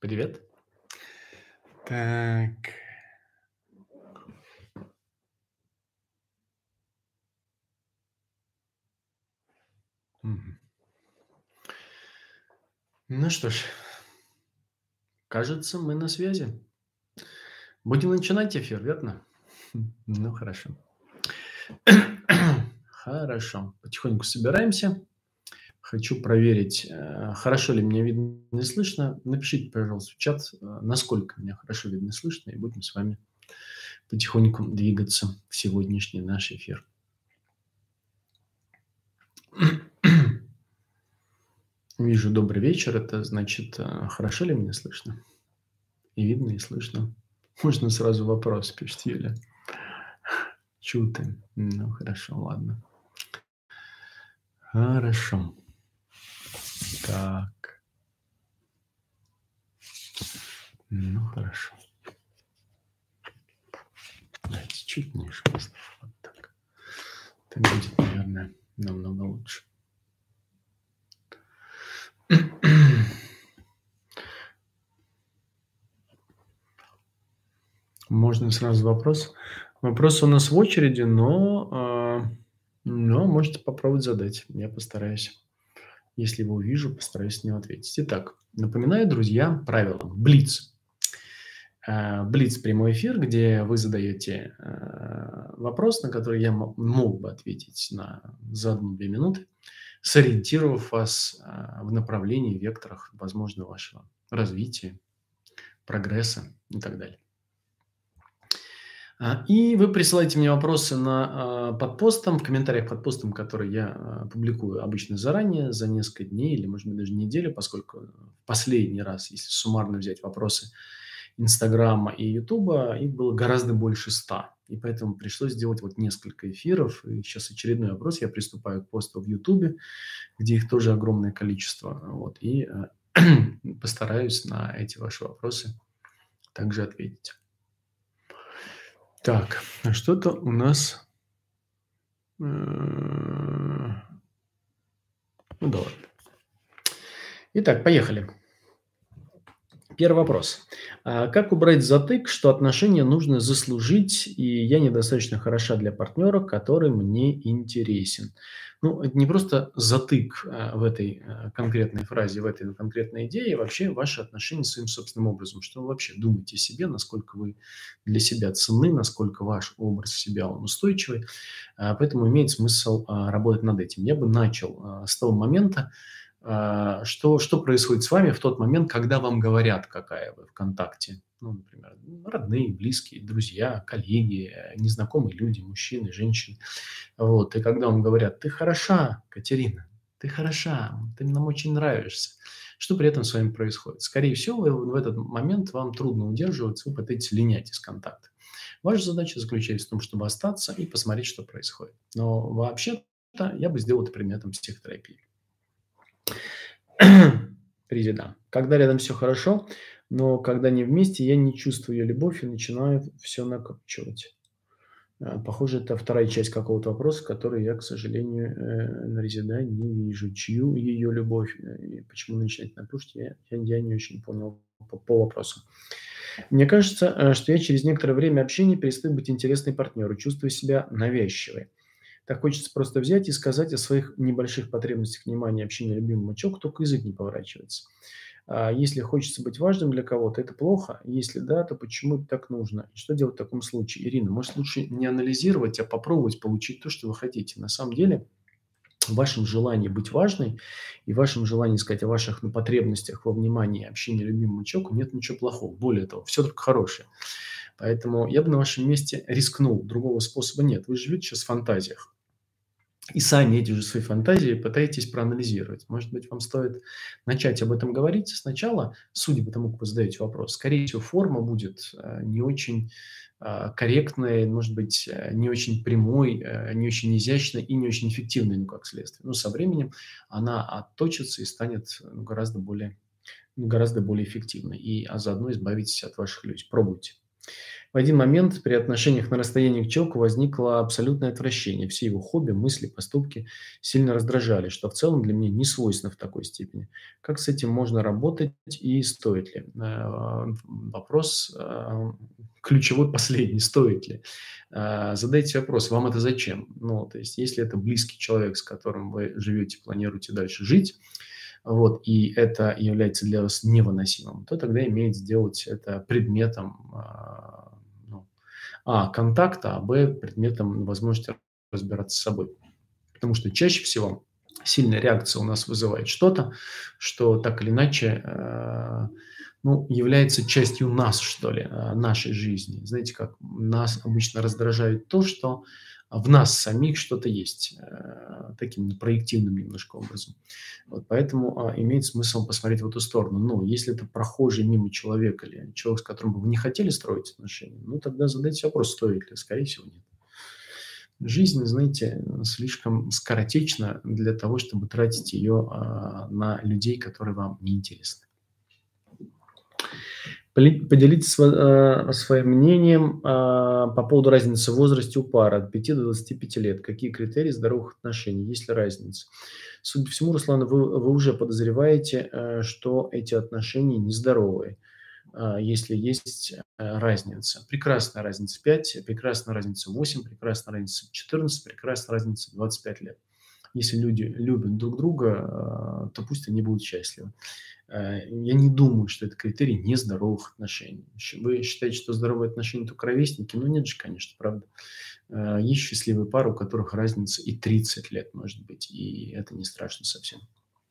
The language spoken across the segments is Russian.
Привет. Так. Мгм. Ну что ж, кажется, мы на связи. Будем начинать эфир, верно? Ну, хорошо. Хорошо. Потихоньку собираемся. Хочу проверить, хорошо ли меня видно и слышно. Напишите, пожалуйста, в чат, насколько меня хорошо видно и слышно, и будем с вами потихоньку двигаться в сегодняшний наш эфир. Вижу, добрый вечер. Это значит, хорошо ли меня слышно? И видно, и слышно. Можно сразу вопрос, пишет Юля. Чё ты? Ну, хорошо, ладно. Хорошо. Так. Ну, хорошо. Давайте чуть ниже поставим. Вот так. Так будет, наверное, намного лучше. Можно сразу вопрос. Вопрос у нас в очереди, но можете попробовать задать. Я постараюсь, если его увижу, постараюсь на него ответить. Итак, напоминаю, друзья, правила. Блиц. Блиц прямой эфир, где вы задаете вопрос, на который я мог бы ответить за 1-2 минуты, сориентировав вас в направлении, векторах, возможно, вашего развития, прогресса и так далее. И вы присылаете мне вопросы под постом, в комментариях под постом, который я публикую обычно заранее, за несколько дней или, может быть, даже неделю, поскольку в последний раз, если суммарно взять вопросы Инстаграма и Ютуба, их было гораздо больше 100. И поэтому пришлось сделать вот несколько эфиров. И сейчас очередной вопрос. Я приступаю к посту в Ютубе, где их тоже огромное количество. Вот, и постараюсь на эти ваши вопросы также ответить. Так, что-то у нас... Ну да ладно. Итак, поехали. Первый вопрос. Как убрать затык, что отношения нужно заслужить, и я недостаточно хороша для партнера, который мне интересен? Ну, это не просто затык в этой конкретной фразе, в этой конкретной идее, вообще ваши отношения с своим собственным образом. Что вы вообще думаете о себе, насколько вы для себя ценны, насколько ваш образ себя он устойчивый. Поэтому имеет смысл работать над этим. Я бы начал с того момента, что происходит с вами в тот момент, когда вам говорят, какая вы ВКонтакте. Ну, например, родные, близкие, друзья, коллеги, незнакомые люди, мужчины, женщины. Вот. И когда вам говорят: «Ты хороша, Катерина, ты хороша, ты нам очень нравишься». Что при этом с вами происходит? Скорее всего, в этот момент вам трудно удерживаться, вы пытаетесь линять из контакта. Ваша задача заключается в том, чтобы остаться и посмотреть, что происходит. Но вообще-то я бы сделал это предметом психотерапии. Президент. Когда рядом все хорошо, но когда не вместе, я не чувствую ее любовь и начинаю все накручивать. Похоже, это вторая часть какого-то вопроса, который я, к сожалению, нарезидая не вижу. Чью ее любовь и почему начинать накручивать, я не очень понял по вопросу. Мне кажется, что я через некоторое время общения перестаю быть интересной партнеру, чувствую себя навязчивой. Так хочется просто взять и сказать о своих небольших потребностях внимания, общения любимому человеку, только язык не поворачивается. Если хочется быть важным для кого-то, это плохо. Если да, то почему это так нужно? И что делать в таком случае? Ирина, может, лучше не анализировать, а попробовать получить то, что вы хотите. На самом деле, в вашем желании быть важной и в вашем желании сказать о ваших потребностях во внимании, общении любимому человеку нет ничего плохого. Более того, все только хорошее. Поэтому я бы на вашем месте рискнул. Другого способа нет. Вы живете сейчас в фантазиях. И сами эти же свои фантазии пытаетесь проанализировать. Может быть, вам стоит начать об этом говорить сначала, судя по тому, как вы задаете вопрос. Скорее всего, форма будет не очень корректной, может быть, не очень прямой, не очень изящной и не очень эффективной, ну, как следствие. Но со временем она отточится и станет гораздо более эффективной. А заодно избавитесь от ваших иллюзий. Пробуйте. В один момент при отношениях на расстоянии к человеку возникло абсолютное отвращение. Все его хобби, мысли, поступки сильно раздражали, что в целом для меня не свойственно в такой степени. Как с этим можно работать и стоит ли? Вопрос ключевой последний, стоит ли? Задайте вопрос, вам это зачем? Ну, то есть, если это близкий человек, с которым вы живете, планируете дальше жить, вот, и это является для вас невыносимым, то тогда имеет сделать это предметом ну, контакта, а, б, предметом возможности разбираться с собой. Потому что чаще всего сильная реакция у нас вызывает что-то, что так или иначе ну, является частью нас, что ли, нашей жизни. Знаете, как нас обычно раздражает то, что в нас самих что-то есть, таким проективным немножко образом. Вот поэтому имеет смысл посмотреть в эту сторону. Ну, если это прохожий мимо человек или человек, с которым бы вы не хотели строить отношения, ну, тогда задайте вопрос, стоит ли. Скорее всего, нет. Жизнь, знаете, слишком скоротечна для того, чтобы тратить ее на людей, которые вам не интересны. Поделитесь своим мнением по поводу разницы в возрасте у пары от 5 до 25 лет. Какие критерии здоровых отношений? Есть ли разница? Судя по всему, Руслан, вы уже подозреваете, что эти отношения нездоровые, если есть разница. Прекрасная разница 5, прекрасная разница 8, прекрасная разница 14, прекрасная разница 25 лет. Если люди любят друг друга, то пусть они будут счастливы. Я не думаю, что это критерий нездоровых отношений. Вы считаете, что здоровые отношения только ровесники? Ну, нет же, конечно, правда. Есть счастливые пары, у которых разница и 30 лет, может быть, и это не страшно совсем.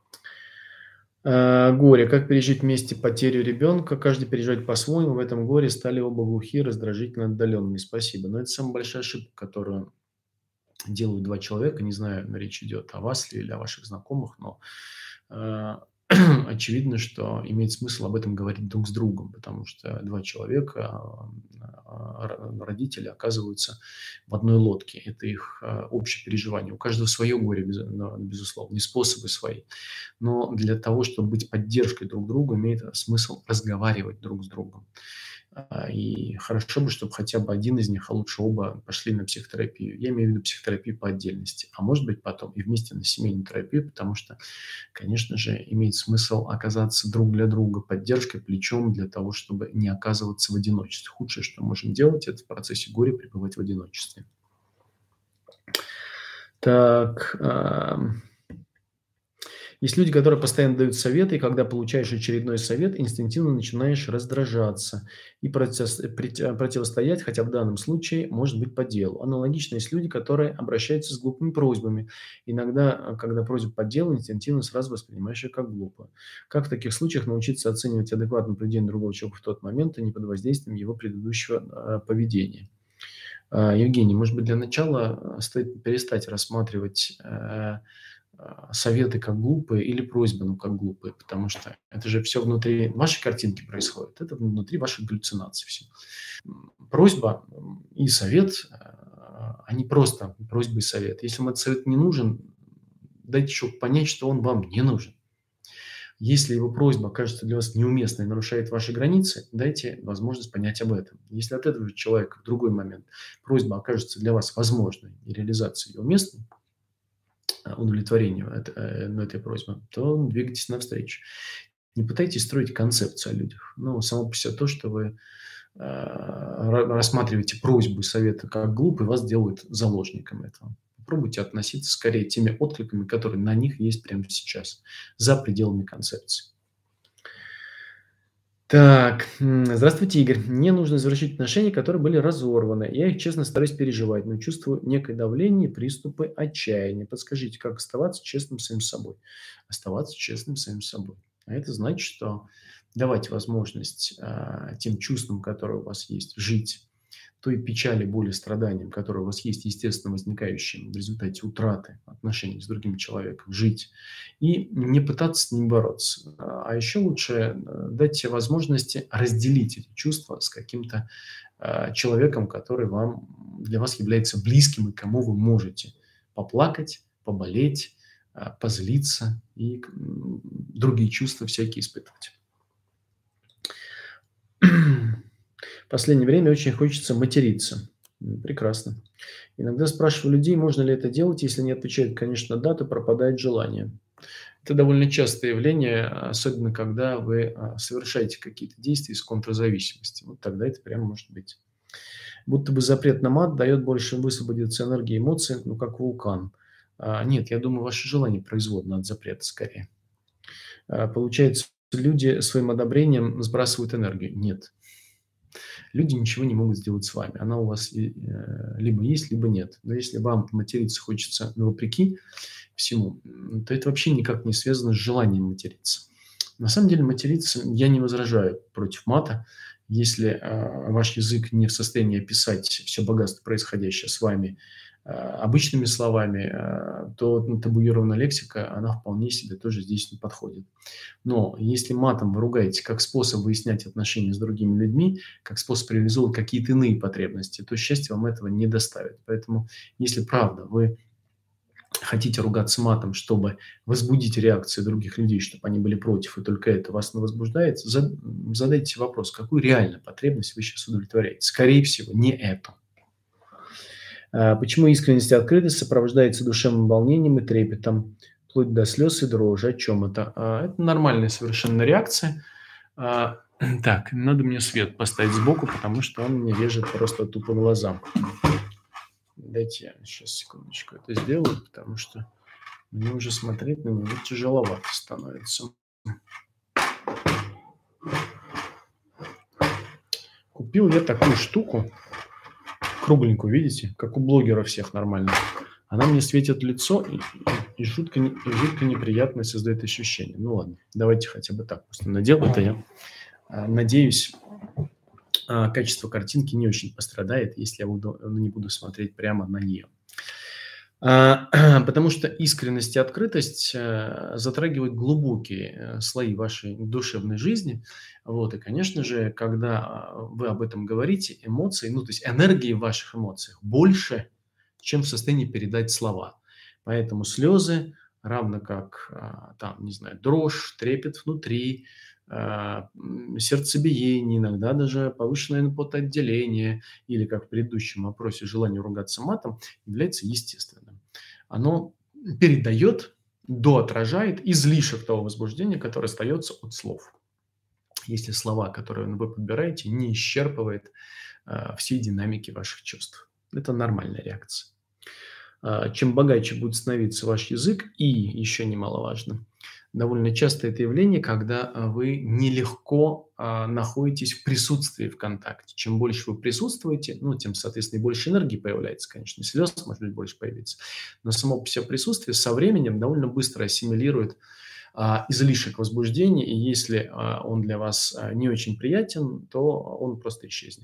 Горе. Как пережить вместе потерю ребенка? Каждый переживает по-своему. В этом горе стали оба глухие, раздражительно отдаленные. Спасибо. Но это самая большая ошибка, которую делают два человека. Не знаю, речь идет о вас или о ваших знакомых, но очевидно, что имеет смысл об этом говорить друг с другом, потому что два человека, родители, оказываются в одной лодке. Это их общее переживание. У каждого свое горе, безусловно, и способы свои. Но для того, чтобы быть поддержкой друг другу, имеет смысл разговаривать друг с другом. И хорошо бы, чтобы хотя бы один из них, а лучше оба, пошли на психотерапию. Я имею в виду психотерапию по отдельности, а может быть потом и вместе на семейную терапию, потому что, конечно же, имеет смысл оказаться друг для друга поддержкой, плечом для того, чтобы не оказываться в одиночестве. Худшее, что мы можем делать, это в процессе горя пребывать в одиночестве. Так, есть люди, которые постоянно дают советы, и когда получаешь очередной совет, инстинктивно начинаешь раздражаться и противостоять, хотя в данном случае может быть по делу. Аналогично есть люди, которые обращаются с глупыми просьбами. Иногда, когда просьба по делу, инстинктивно сразу воспринимаешь ее как глупо. Как в таких случаях научиться оценивать адекватное поведение другого человека в тот момент, а не под воздействием его предыдущего поведения? Евгений, может быть, для начала стоит перестать рассматривать советы как глупые или просьбы, ну, как глупые, потому что это же все внутри вашей картинки происходит, это внутри ваших галлюцинаций все. Просьба и совет, они просто просьба и совет. Если вам этот совет не нужен, дайте человеку понять, что он вам не нужен. Если его просьба кажется для вас неуместной и нарушает ваши границы, дайте возможность понять об этом. Если от этого человека в другой момент просьба окажется для вас возможной и реализация ее уместной, удовлетворению этой просьбы, то двигайтесь навстречу. Не пытайтесь строить концепцию о людях. Ну, само по себе то, что вы рассматриваете просьбу и советы как глупые, вас делают заложником этого. Попробуйте относиться скорее теми откликами, которые на них есть прямо сейчас, за пределами концепции. Так, здравствуйте, Игорь. Мне нужно завершить отношения, которые были разорваны. Я их, честно, стараюсь переживать, но чувствую некое давление и приступы отчаяния. Подскажите, как оставаться честным самим собой? Оставаться честным самим собой. А это значит, что давать возможность тем чувствам, которые у вас есть, жить, той печали, боли, страданиям, которые у вас есть, естественно, возникающим в результате утраты отношений с другим человеком, жить и не пытаться с ним бороться. А еще лучше дать себе возможности разделить эти чувства с каким-то человеком, который для вас является близким и кому вы можете поплакать, поболеть, позлиться и другие чувства всякие испытывать. Последнее время очень хочется материться. Прекрасно. Иногда спрашиваю людей, можно ли это делать. Если они отвечают, конечно, да, то пропадает желание. Это довольно частое явление, особенно когда вы совершаете какие-то действия из контрзависимости. Вот тогда это прямо может быть. Будто бы запрет на мат дает больше высвободиться энергии, эмоций, ну, как вулкан. Нет, я думаю, ваше желание производно от запрета скорее. Получается, люди своим одобрением сбрасывают энергию. Нет, люди ничего не могут сделать с вами. Она у вас либо есть, либо нет. Но если вам материться хочется вопреки всему, то это вообще никак не связано с желанием материться. На самом деле материться я не возражаю против мата, если ваш язык не в состоянии описать все богатство, происходящее с вами обычными словами, то табуированная лексика, она вполне себе тоже здесь не подходит. Но если матом вы ругаете как способ выяснять отношения с другими людьми, как способ реализовывать какие-то иные потребности, то счастье вам этого не доставит. Поэтому, если правда вы хотите ругаться матом, чтобы возбудить реакции других людей, чтобы они были против, и только это вас не возбуждает, задайте вопрос, какую реальную потребность вы сейчас удовлетворяете. Скорее всего, не эту. Почему искренность и открытость сопровождается душевным волнением и трепетом, вплоть до слез и дрожи? О чем это? Это нормальная совершенно реакция. Так, надо мне свет поставить сбоку, потому что он мне режет просто тупо глаза. Дайте я сейчас секундочку это сделаю, потому что мне уже смотреть на него тяжеловато становится. Купил я такую штуку, кругленькую, видите, как у блогеров всех нормально. Она мне светит в лицо и жутко неприятное создает ощущение. Ну ладно, давайте хотя бы так просто надел это я. Надеюсь, качество картинки не очень пострадает, если я не буду смотреть прямо на нее. Потому что искренность и открытость затрагивают глубокие слои вашей душевной жизни. Вот, и, конечно же, когда вы об этом говорите, эмоции, ну, то есть энергии в ваших эмоциях больше, чем в состоянии передать слова. Поэтому слезы, равно как, там, не знаю, дрожь, трепет внутри, сердцебиение, иногда даже повышенное потоотделение или, как в предыдущем вопросе, желание ругаться матом, является естественным. Оно передает, доотражает излишек того возбуждения, которое остается от слов. Если слова, которые вы подбираете, не исчерпывают всей динамики ваших чувств. Это нормальная реакция. Чем богаче будет становиться ваш язык, и еще немаловажно, довольно часто это явление, когда вы нелегко находитесь в присутствии в контакте. Чем больше вы присутствуете, ну, тем, соответственно, и больше энергии появляется, конечно, и слез, может быть, больше появится. Но само по себе присутствие со временем довольно быстро ассимилирует излишек возбуждения, и если он для вас не очень приятен, то он просто исчезнет.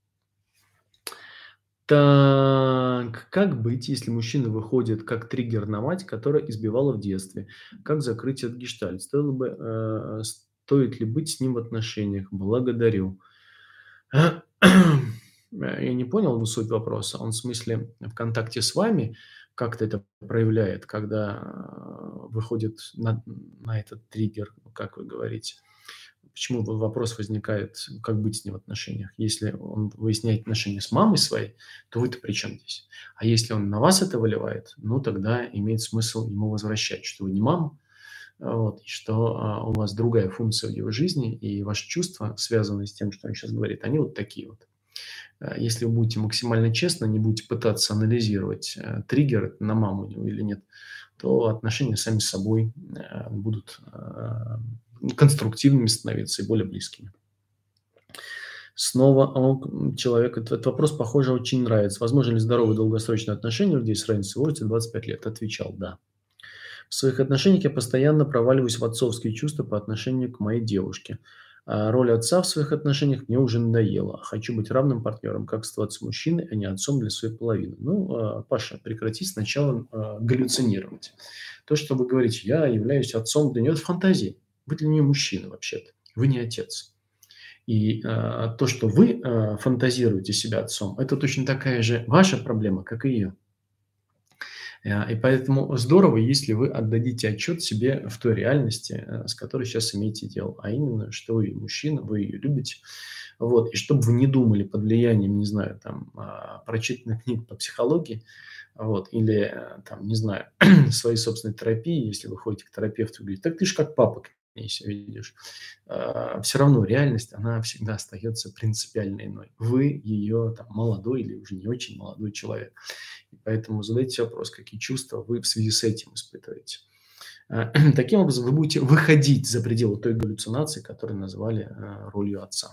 Так, как быть, если мужчина выходит как триггер на мать, которая избивала в детстве? Как закрыть этот гештальт? Стоит ли быть с ним в отношениях? Благодарю. Я не понял суть вопроса. Он в смысле в контакте с вами как-то это проявляет, когда выходит на этот триггер, как вы говорите? Почему вопрос возникает, как быть с ним в отношениях? Если он выясняет отношения с мамой своей, то вы-то при чем здесь? А если он на вас это выливает, ну, тогда имеет смысл ему возвращать, что вы не мама, вот, и что у вас другая функция в его жизни, и ваши чувства, связанные с тем, что он сейчас говорит, они вот такие вот. Если вы будете максимально честно, не будете пытаться анализировать, триггер на маму у него или нет, то отношения сами с собой будут конструктивными становиться и более близкими. Снова человек, этот вопрос, похоже, очень нравится. Возможно ли здоровые долгосрочные отношения людей с разницей в возрасте 25 лет? Отвечал «да». В своих отношениях я постоянно проваливаюсь в отцовские чувства по отношению к моей девушке. Роль отца в своих отношениях мне уже надоела. Хочу быть равным партнером, как оставаться мужчиной, а не отцом для своей половины. Ну, Паша, прекрати сначала галлюцинировать. То, что вы говорите, я являюсь отцом, для нее это фантазия. Вы для нее мужчина вообще-то, вы не отец. И то, что вы фантазируете себя отцом, это точно такая же ваша проблема, как и ее. И поэтому здорово, если вы отдадите отчет себе в той реальности, с которой сейчас имеете дело, а именно, что вы мужчина, вы ее любите. Вот. И чтобы вы не думали под влиянием, не знаю, там, прочитанных книг по психологии, вот, или, там, не знаю, своей собственной терапии, если вы ходите к терапевту, говорите, так ты же как папа к ней себя ведешь. Все равно реальность, она всегда остается принципиально иной. Вы ее там, молодой или уже не очень молодой человек. И поэтому задайте вопрос, какие чувства вы в связи с этим испытываете. Таким образом, вы будете выходить за пределы той галлюцинации, которую назвали ролью отца.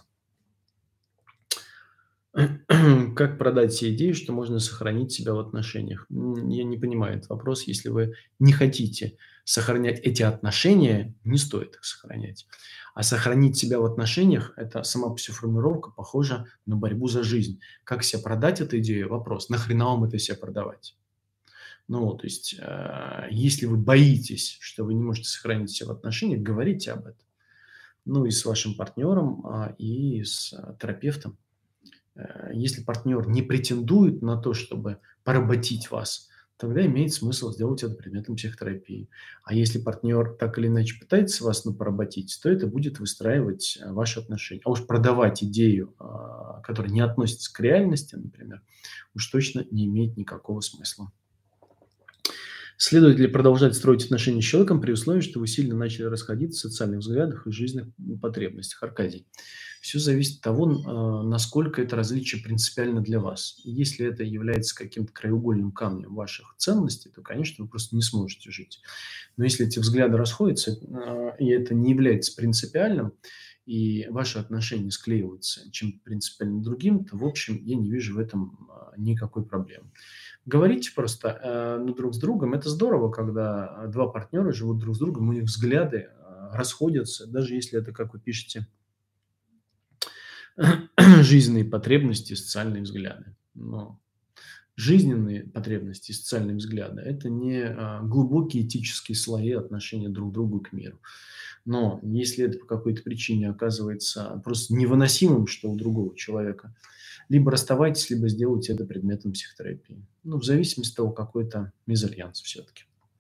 Как продать себе идею, что можно сохранить себя в отношениях? Я не понимаю этот вопрос. Если вы не хотите сохранять эти отношения, не стоит их сохранять. А сохранить себя в отношениях– это сама по себе формулировка похожа на борьбу за жизнь. Как себе продать эту идею? Вопрос. Нахрена вам это себе продавать? Ну, то есть, если вы боитесь, что вы не можете сохранить себя в отношениях, говорите об этом. Ну, и с вашим партнером, и с терапевтом. Если партнер не претендует на то, чтобы поработить вас, тогда имеет смысл сделать это предметом психотерапии. А если партнер так или иначе пытается вас поработить, то это будет выстраивать ваши отношения. А уж продавать идею, которая не относится к реальности, например, уж точно не имеет никакого смысла. Следует ли продолжать строить отношения с человеком при условии, что вы сильно начали расходиться в социальных взглядах и жизненных потребностях? Аркадий. Все зависит от того, насколько это различие принципиально для вас. Если это является каким-то краеугольным камнем ваших ценностей, то, конечно, вы просто не сможете жить. Но если эти взгляды расходятся, и это не является принципиальным, и ваши отношения склеиваются чем-то принципиально другим, то, в общем, я не вижу в этом никакой проблемы. Говорите просто друг с другом. Это здорово, когда два партнера живут друг с другом, у них взгляды расходятся, даже если это, как вы пишете, жизненные потребности, социальные взгляды. Но жизненные потребности, социальные взгляды– это не глубокие этические слои отношения друг к другу и к миру. Но если это по какой-то причине оказывается просто невыносимым, что у другого человека, либо расставайтесь, либо сделайте это предметом психотерапии. Ну, в зависимости от того, какой это мезальянс все-таки.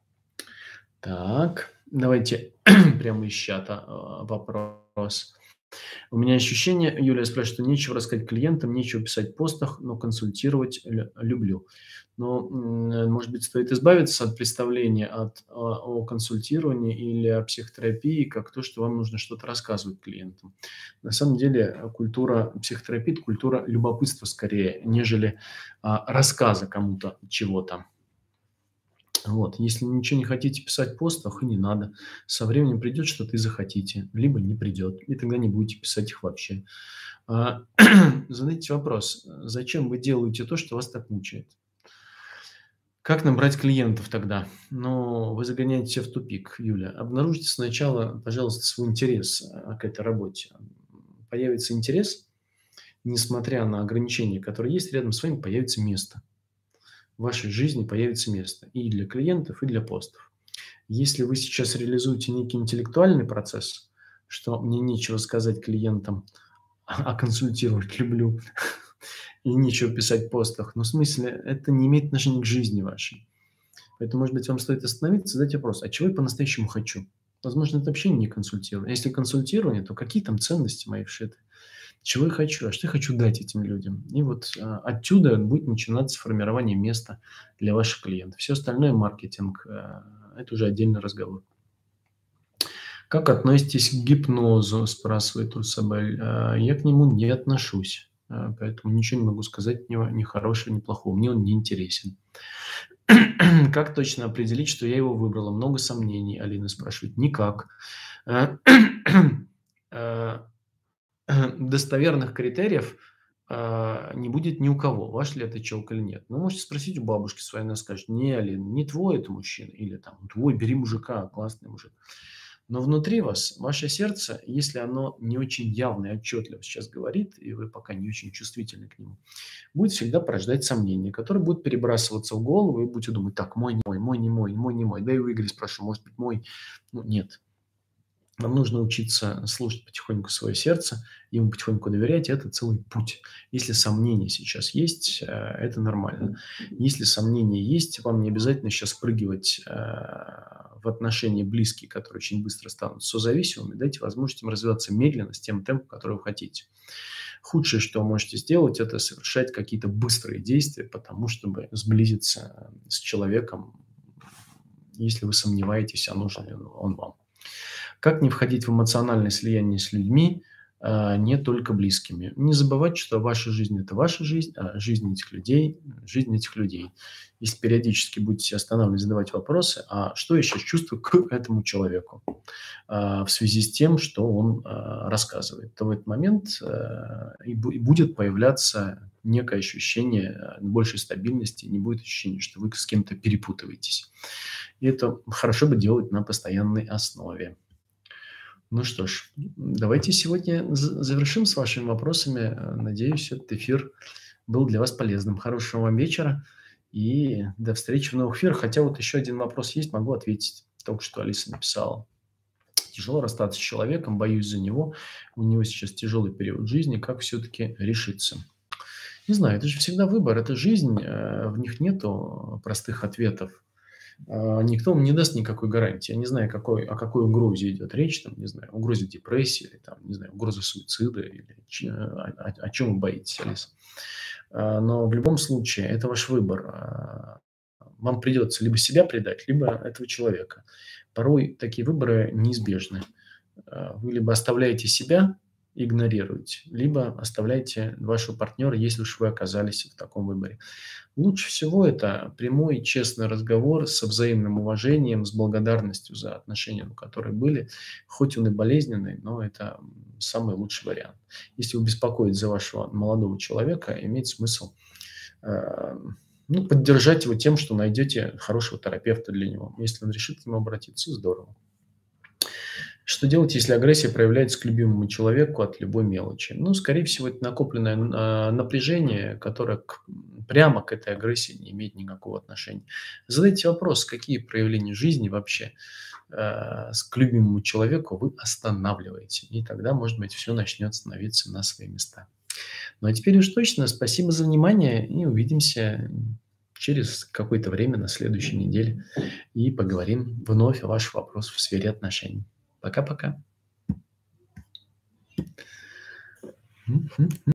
Так, давайте прямо из чата вопрос. У меня ощущение, Юлия спрашивает, что нечего рассказать клиентам, нечего писать в постах, но консультировать люблю. Но, может быть, стоит избавиться от представления о консультировании или о психотерапии, как то, что вам нужно что-то рассказывать клиентам. На самом деле культура психотерапии– это культура любопытства скорее, нежели рассказа кому-то чего-то. Вот. Если ничего не хотите писать в постах, и не надо. Со временем придет что-то и захотите, либо не придет, и тогда не будете писать их вообще. Задайте вопрос, зачем вы делаете то, что вас так мучает? Как набрать клиентов тогда? Ну, вы загоняете себя в тупик, Юля. Обнаружите сначала, пожалуйста, свой интерес к этой работе. Появится интерес, несмотря на ограничения, которые есть, рядом с вами появится место. В вашей жизни появится место и для клиентов, и для постов. Если вы сейчас реализуете некий интеллектуальный процесс, что мне нечего сказать клиентам, а консультировать люблю, и нечего писать в постах, но в смысле это не имеет отношения к жизни вашей. Поэтому, может быть, вам стоит остановиться и задать вопрос, а чего я по-настоящему хочу? Возможно, это вообще не консультирование. Если консультирование, то какие там ценности мои вшиты? Чего я хочу, а что я хочу дать этим людям. И вот отсюда будет начинаться формирование места для ваших клиентов. Все остальное маркетинг, это уже отдельный разговор. Как относитесь к гипнозу, спрашивает Урсабель. Я к нему не отношусь, поэтому ничего не могу сказать ни хорошего, ни плохого. Мне он не интересен. Как точно определить, что я его выбрала? Много сомнений, Алина спрашивает. Никак. Достоверных критериев не будет ни у кого, ваш ли это человек или нет. Но можете спросить у бабушки своей, она скажет, не, Алина, не твой это мужчина, или там, твой, бери мужика, классный мужик. Но внутри вас, ваше сердце, если оно не очень явно и отчетливо сейчас говорит, и вы пока не очень чувствительны к нему, будет всегда порождать сомнения, которые будут перебрасываться в голову, и вы будете думать, так, мой, не мой, мой, не мой, мой, не мой. Да и у Игоря спрошу, может быть, мой. Ну, нет. Вам нужно учиться слушать потихоньку свое сердце, ему потихоньку доверять. Это целый путь. Если сомнения сейчас есть, это нормально. Если сомнения есть, вам не обязательно сейчас спрыгивать в отношения близкие, которые очень быстро станут созависимыми. Дайте возможность им развиваться медленно, с тем темпом, который вы хотите. Худшее, что вы можете сделать, это совершать какие-то быстрые действия, потому чтобы сблизиться с человеком, если вы сомневаетесь, а нужен ли он вам. Как не входить в эмоциональное слияние с людьми, не только близкими? Не забывать, что ваша жизнь – это ваша жизнь, а жизнь этих людей – жизнь этих людей. Если периодически будете себя останавливать, задавать вопросы, а что я сейчас чувствую к этому человеку в связи с тем, что он рассказывает, то в этот момент и будет появляться некое ощущение большей стабильности, не будет ощущения, что вы с кем-то перепутываетесь. И это хорошо бы делать на постоянной основе. Ну что ж, давайте сегодня завершим с вашими вопросами. Надеюсь, этот эфир был для вас полезным. Хорошего вам вечера и до встречи в новых эфирах. Хотя вот еще один вопрос есть, могу ответить. Только что Алиса написала. Тяжело расстаться с человеком, боюсь за него. У него сейчас тяжелый период жизни. Как все-таки решиться? Не знаю, это же всегда выбор, это жизнь, в них нету простых ответов. Никто вам не даст никакой гарантии. Я не знаю, о какой угрозе идет речь, там, не знаю, угрозе депрессии, или, там, не знаю, угрозе суицида, или о чем вы боитесь, Алиса. Но в любом случае это ваш выбор. Вам придется либо себя предать, либо этого человека. Порой такие выборы неизбежны. Вы либо оставляете себя, игнорируете, либо оставляете вашего партнера, если уж вы оказались в таком выборе. Лучше всего это прямой, честный разговор со взаимным уважением, с благодарностью за отношения, которые были. Хоть он и болезненный, но это самый лучший вариант. Если вы беспокоитесь за вашего молодого человека, имеет смысл поддержать его тем, что найдете хорошего терапевта для него. Если он решит к нему обратиться, здорово. Что делать, если агрессия проявляется к любимому человеку от любой мелочи? Ну, скорее всего, это накопленное напряжение, которое прямо к этой агрессии не имеет никакого отношения. Задайте вопрос, какие проявления жизни вообще к любимому человеку вы останавливаете. И тогда, может быть, все начнет становиться на свои места. Ну, а теперь уж точно спасибо за внимание и увидимся через какое-то время на следующей неделе и поговорим вновь о ваших вопросах в сфере отношений. Пока-пока.